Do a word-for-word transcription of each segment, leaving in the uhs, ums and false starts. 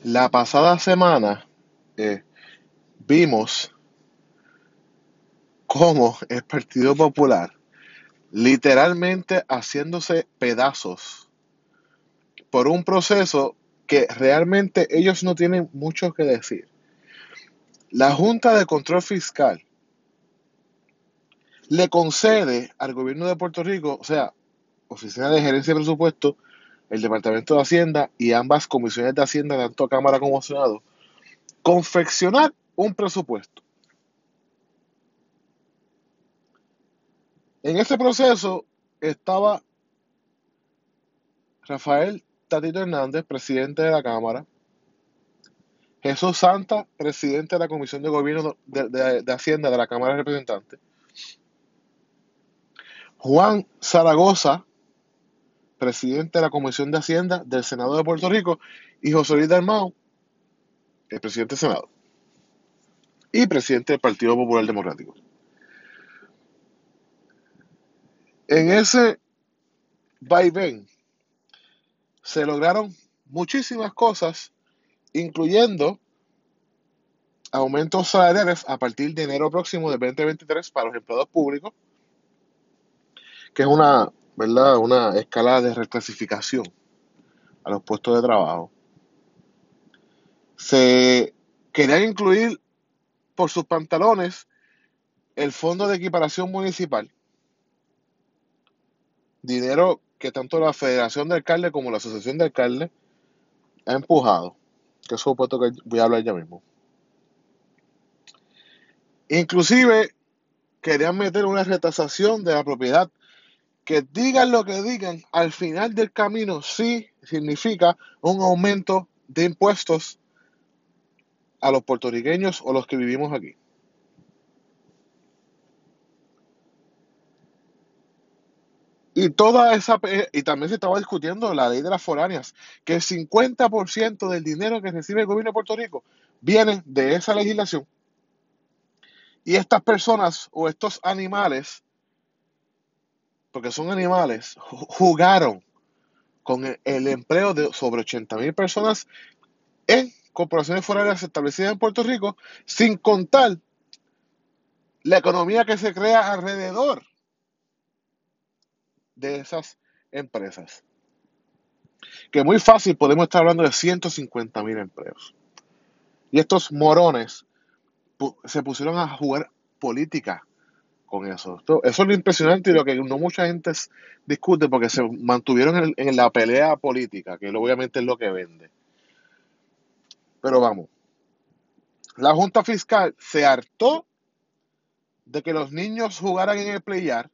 La pasada semana eh, vimos cómo el Partido Popular literalmente haciéndose pedazos por un proceso que realmente ellos no tienen mucho que decir. La Junta de Control Fiscal le concede al gobierno de Puerto Rico, o sea, Oficina de Gerencia de Presupuesto, el Departamento de Hacienda y ambas comisiones de Hacienda, tanto Cámara como Senado, confeccionar un presupuesto. En ese proceso estaba Rafael Tatito Hernández, presidente de la Cámara; Jesús Santa, presidente de la Comisión de Gobierno de, de- de Hacienda de la Cámara de Representantes; Juan Zaragoza, presidente de la Comisión de Hacienda del Senado de Puerto Rico; y José Luis Dalmau, el presidente del Senado y presidente del Partido Popular Democrático. En ese vaivén se lograron muchísimas cosas, incluyendo aumentos salariales a partir de enero próximo de dos mil veintitrés para los empleados públicos, que es una, ¿verdad? Una escala de reclasificación a los puestos de trabajo. Se querían incluir por sus pantalones el Fondo de Equiparación Municipal, dinero que tanto la Federación de Alcaldes como la Asociación de Alcaldes ha empujado, que es un puesto que voy a hablar ya mismo. Inclusive querían meter una retasación de la propiedad que, digan lo que digan, al final del camino sí significa un aumento de impuestos a los puertorriqueños o los que vivimos aquí. Y toda esa y también se estaba discutiendo la ley de las foráneas, que el cincuenta por ciento del dinero que recibe el gobierno de Puerto Rico viene de esa legislación. Y estas personas o estos animales, porque son animales, jugaron con el, el empleo de sobre ochenta mil personas en corporaciones foráneas establecidas en Puerto Rico, sin contar la economía que se crea alrededor de esas empresas. Que muy fácil podemos estar hablando de ciento cincuenta mil empleos. Y estos morones pu- se pusieron a jugar política con eso. Esto- eso es lo impresionante y lo que no mucha gente s- discute, porque se mantuvieron en, en la pelea política, que obviamente es lo que vende. Pero vamos, la Junta Fiscal se hartó de que los niños jugaran en el playar,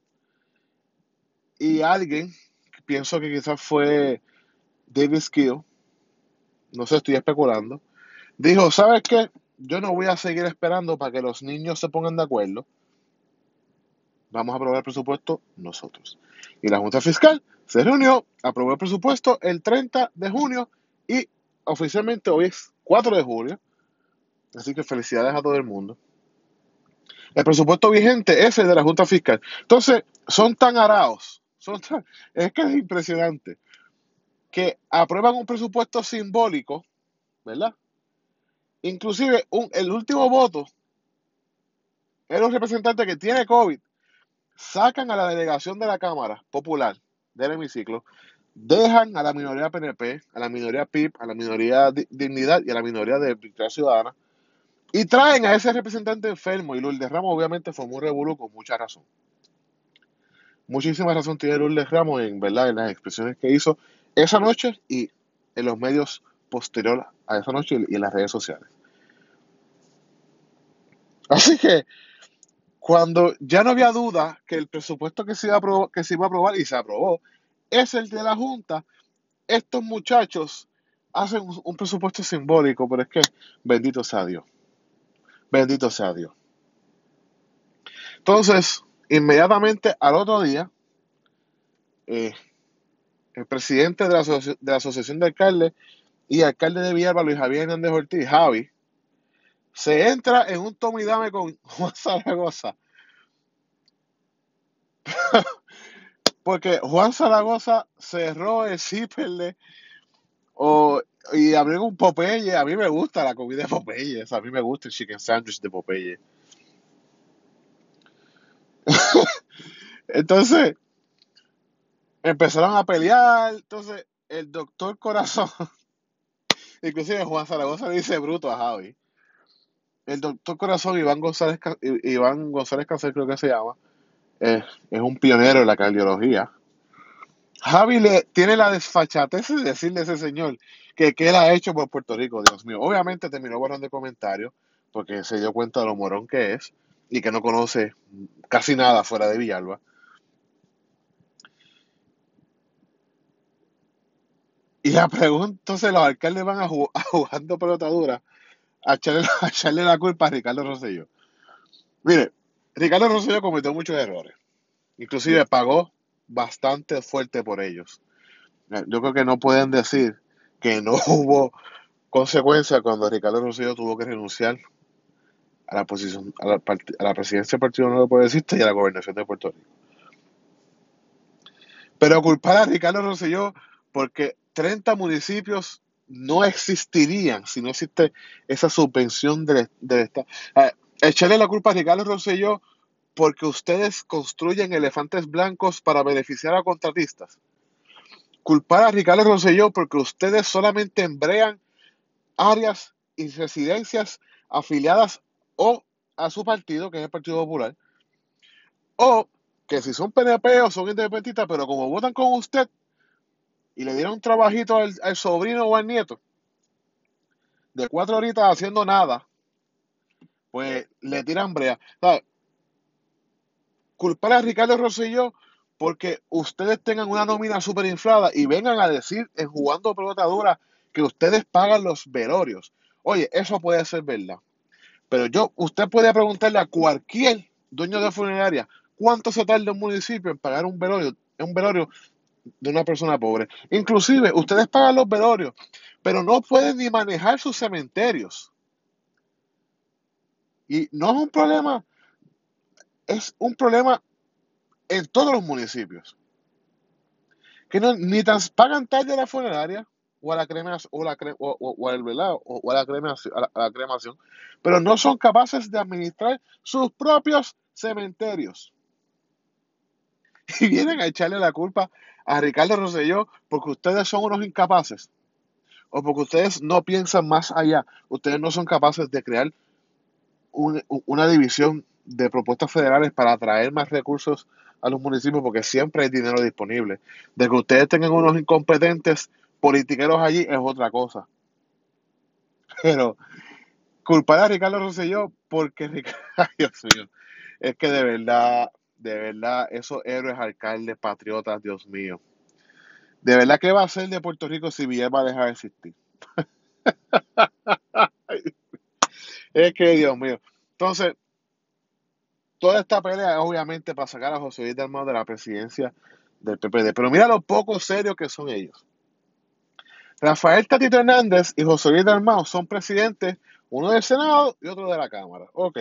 y alguien, pienso que quizás fue David Skill, no sé, estoy especulando, dijo: ¿sabes qué? Yo no voy a seguir esperando para que los niños se pongan de acuerdo. Vamos a aprobar el presupuesto nosotros. Y la Junta Fiscal se reunió, aprobó el presupuesto el treinta de junio y oficialmente hoy es cuatro de julio. Así que felicidades a todo el mundo. El presupuesto vigente es el de la Junta Fiscal. Entonces, son tan araos, son tan- es que es impresionante, que aprueban un presupuesto simbólico, ¿verdad? Inclusive un- el último voto era un representante que tiene COVID. Sacan a la delegación de la Cámara Popular del hemiciclo, dejan a la minoría P N P, a la minoría P I B, a la minoría Dignidad y a la minoría de Victoria Ciudadana, y traen a ese representante enfermo. Y Lourdes Ramos obviamente formó un revolú con mucha razón. Muchísima razón tiene Lourdes Ramos en, ¿verdad?, en las expresiones que hizo esa noche y en los medios posteriores a esa noche y en las redes sociales. Así que cuando ya no había duda que el presupuesto que se iba a aprobar, que se iba a aprobar y se aprobó, es el de la Junta, estos muchachos hacen un, un presupuesto simbólico, pero es que bendito sea Dios, bendito sea Dios. Entonces, inmediatamente al otro día, eh, el presidente de la, asoci- de la Asociación de Alcaldes y alcalde de Villalba, Luis Javier Hernández Ortiz, Javi, se entra en un toma y dame con Juan Zaragoza, porque Juan Zaragoza cerró el zipper de, o Y abrieron un Popeye. A mí me gusta la comida de Popeye. A mí me gusta el chicken sandwich de Popeye. Entonces, empezaron a pelear. Entonces, el doctor Corazón, inclusive Juan Zaragoza le dice bruto a Javi. El doctor Corazón, Iván González, Ca- I- Iván González Cáceres, creo que se llama, es, es un pionero en la cardiología. Javi le tiene la desfachatez de decirle a ese señor que qué él ha hecho por Puerto Rico, Dios mío. Obviamente terminó borrando el comentario porque se dio cuenta de lo morón que es y que no conoce casi nada fuera de Villalba. Y la pregunta, entonces los alcaldes van a, ju- a jugando pelotadura a echarle, a echarle la culpa a Ricardo Rosselló. Mire, Ricardo Rosselló cometió muchos errores. Inclusive pagó bastante fuerte por ellos. Yo creo que no pueden decir que no hubo consecuencia cuando Ricardo Rosselló tuvo que renunciar a la posición, a la, part- a la presidencia del Partido Nuevo Progresista y a la gobernación de Puerto Rico. Pero culpar a Ricardo Rosselló porque treinta municipios no existirían si no existe esa subvención del, del Estado. Eh, echarle la culpa a Ricardo Rosselló porque ustedes construyen elefantes blancos para beneficiar a contratistas. Culpar a Ricardo Rosselló porque ustedes solamente embrean áreas y residencias afiliadas o a su partido, que es el Partido Popular, o que si son P N P o son independentistas, pero como votan con usted y le dieron un trabajito al, al sobrino o al nieto de cuatro horitas haciendo nada, pues le tiran brea. ¿Sabe? Culpar a Ricardo Rosselló porque ustedes tengan una nómina súper inflada y vengan a decir en jugando pelota dura que ustedes pagan los velorios. Oye, eso puede ser verdad. Pero yo, usted puede preguntarle a cualquier dueño de funeraria cuánto se tarda un municipio en pagar un velorio, un velorio de una persona pobre. Inclusive, ustedes pagan los velorios, pero no pueden ni manejar sus cementerios. Y no es un problema, es un problema en todos los municipios. Que no, ni tan pagan tarde a la funeraria o a la cremación, o, la cre, o, o, o, al velado, o, o a, la cremación, a, la, a la cremación, pero no son capaces de administrar sus propios cementerios. Y vienen a echarle la culpa a Ricardo Rosselló porque ustedes son unos incapaces o porque ustedes no piensan más allá. Ustedes no son capaces de crear un, una división de propuestas federales para atraer más recursos a los municipios porque siempre hay dinero disponible. De que ustedes tengan unos incompetentes politiqueros allí es otra cosa. Pero culpar a Ricardo Rosselló porque Ricardo, ay, Dios mío, es que de verdad, de verdad, esos héroes alcaldes patriotas, Dios mío. De verdad, ¿qué va a hacer de Puerto Rico si Villar va a dejar de existir? Es que, Dios mío. Entonces, toda esta pelea es obviamente para sacar a José Luis Dalmau de la presidencia del P P D. Pero mira lo poco serios que son ellos. Rafael Tatito Hernández y José Luis Dalmau son presidentes, uno del Senado y otro de la Cámara. Ok.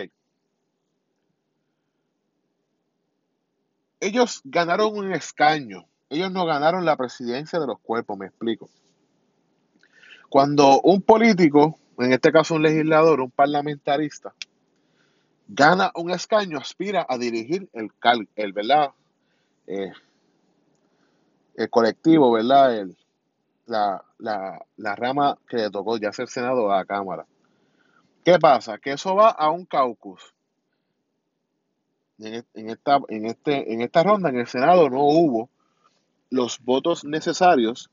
Ellos ganaron un escaño. Ellos no ganaron la presidencia de los cuerpos, me explico. Cuando un político, en este caso un legislador, un parlamentarista, gana un escaño, aspira a dirigir el, cal, el ¿verdad? Eh, el colectivo, ¿verdad? El, la, la, la rama que le tocó, ya sea el Senado o la Cámara. ¿Qué pasa? Que eso va a un caucus. En, en, esta, en, este, en esta ronda, en el Senado, no hubo los votos necesarios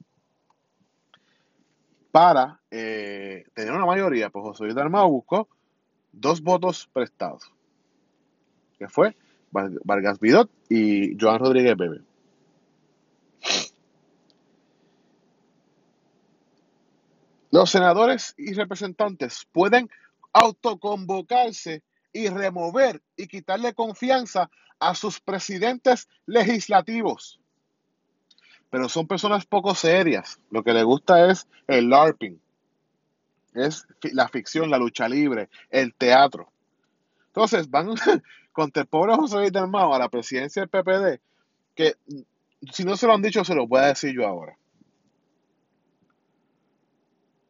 para eh, tener una mayoría. Pues José Luis Dalmau buscó dos votos prestados, que fue Vargas Vidot y Joan Rodríguez Bebe. Los senadores y representantes pueden autoconvocarse y remover y quitarle confianza a sus presidentes legislativos. Pero son personas poco serias. Lo que les gusta es el LARPing, es la ficción, la lucha libre, el teatro. Entonces van contra el pobre José Luis Dalmau a la presidencia del P P D, que si no se lo han dicho, se lo voy a decir yo ahora.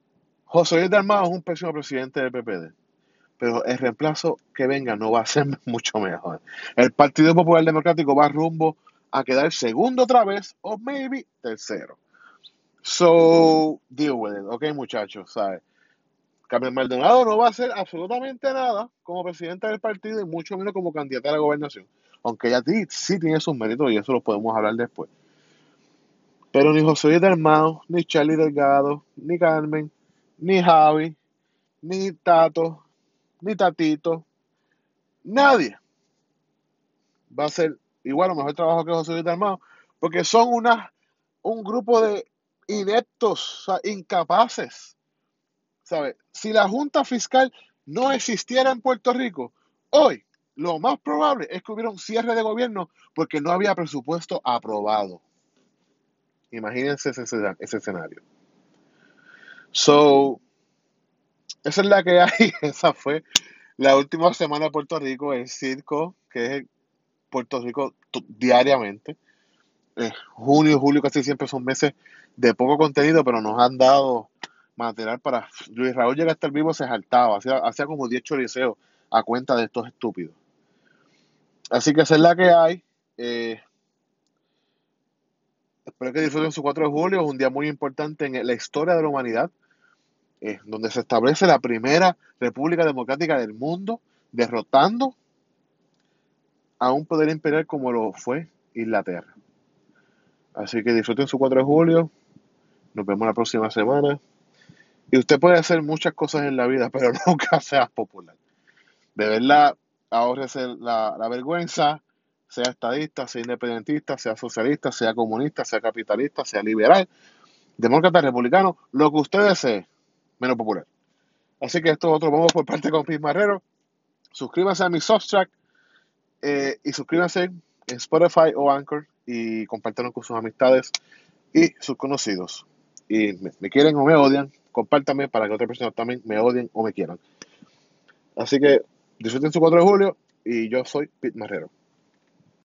José Luis Dalmau es un pésimo presidente del P P D, pero el reemplazo que venga no va a ser mucho mejor. El Partido Popular Democrático va rumbo a quedar segundo otra vez, o maybe tercero. So, deal with it, ok, muchachos, ¿sabes? Carmen Maldonado no va a hacer absolutamente nada como presidenta del partido y mucho menos como candidata a la gobernación. Aunque ella sí, sí tiene sus méritos y eso lo podemos hablar después. Pero ni José Luis Dalmau, ni Charlie Delgado, ni Carmen, ni Javi, ni Tato, ni Tatito, nadie va a hacer igual o mejor trabajo que José Luis Dalmau, porque son una, un grupo de ineptos, o sea, incapaces. ¿Sabe? Si la Junta Fiscal no existiera en Puerto Rico, hoy lo más probable es que hubiera un cierre de gobierno porque no había presupuesto aprobado. Imagínense ese, ese escenario. So, esa es la que hay. Esa fue la última semana de Puerto Rico, el circo, que es Puerto Rico diariamente. Eh, junio y julio casi siempre son meses de poco contenido, pero nos han dado material para... Luis Raúl llega hasta el vivo, se saltaba, hacía, hacía como diez choriceos a cuenta de estos estúpidos. Así que esa es la que hay. Eh, espero que disfruten su cuatro de julio, es un día muy importante en la historia de la humanidad, eh, donde se establece la primera república democrática del mundo, derrotando a un poder imperial como lo fue Inglaterra. Así que disfruten su cuatro de julio, nos vemos la próxima semana. Y usted puede hacer muchas cosas en la vida, pero nunca seas popular. De verdad, ahórrese la, la vergüenza, sea estadista, sea independentista, sea socialista, sea comunista, sea capitalista, sea liberal, demócrata, republicano, lo que usted desee, menos popular. Así que esto es otro vamos por parte con Pis Marrero. Suscríbase a mi Substack eh, y suscríbanse en Spotify o Anchor y compártanlo con sus amistades y sus conocidos. Y me, me quieren o me odian, compártanme para que otras personas también me odien o me quieran. Así que disfruten su cuatro de julio y yo soy Pete Marrero.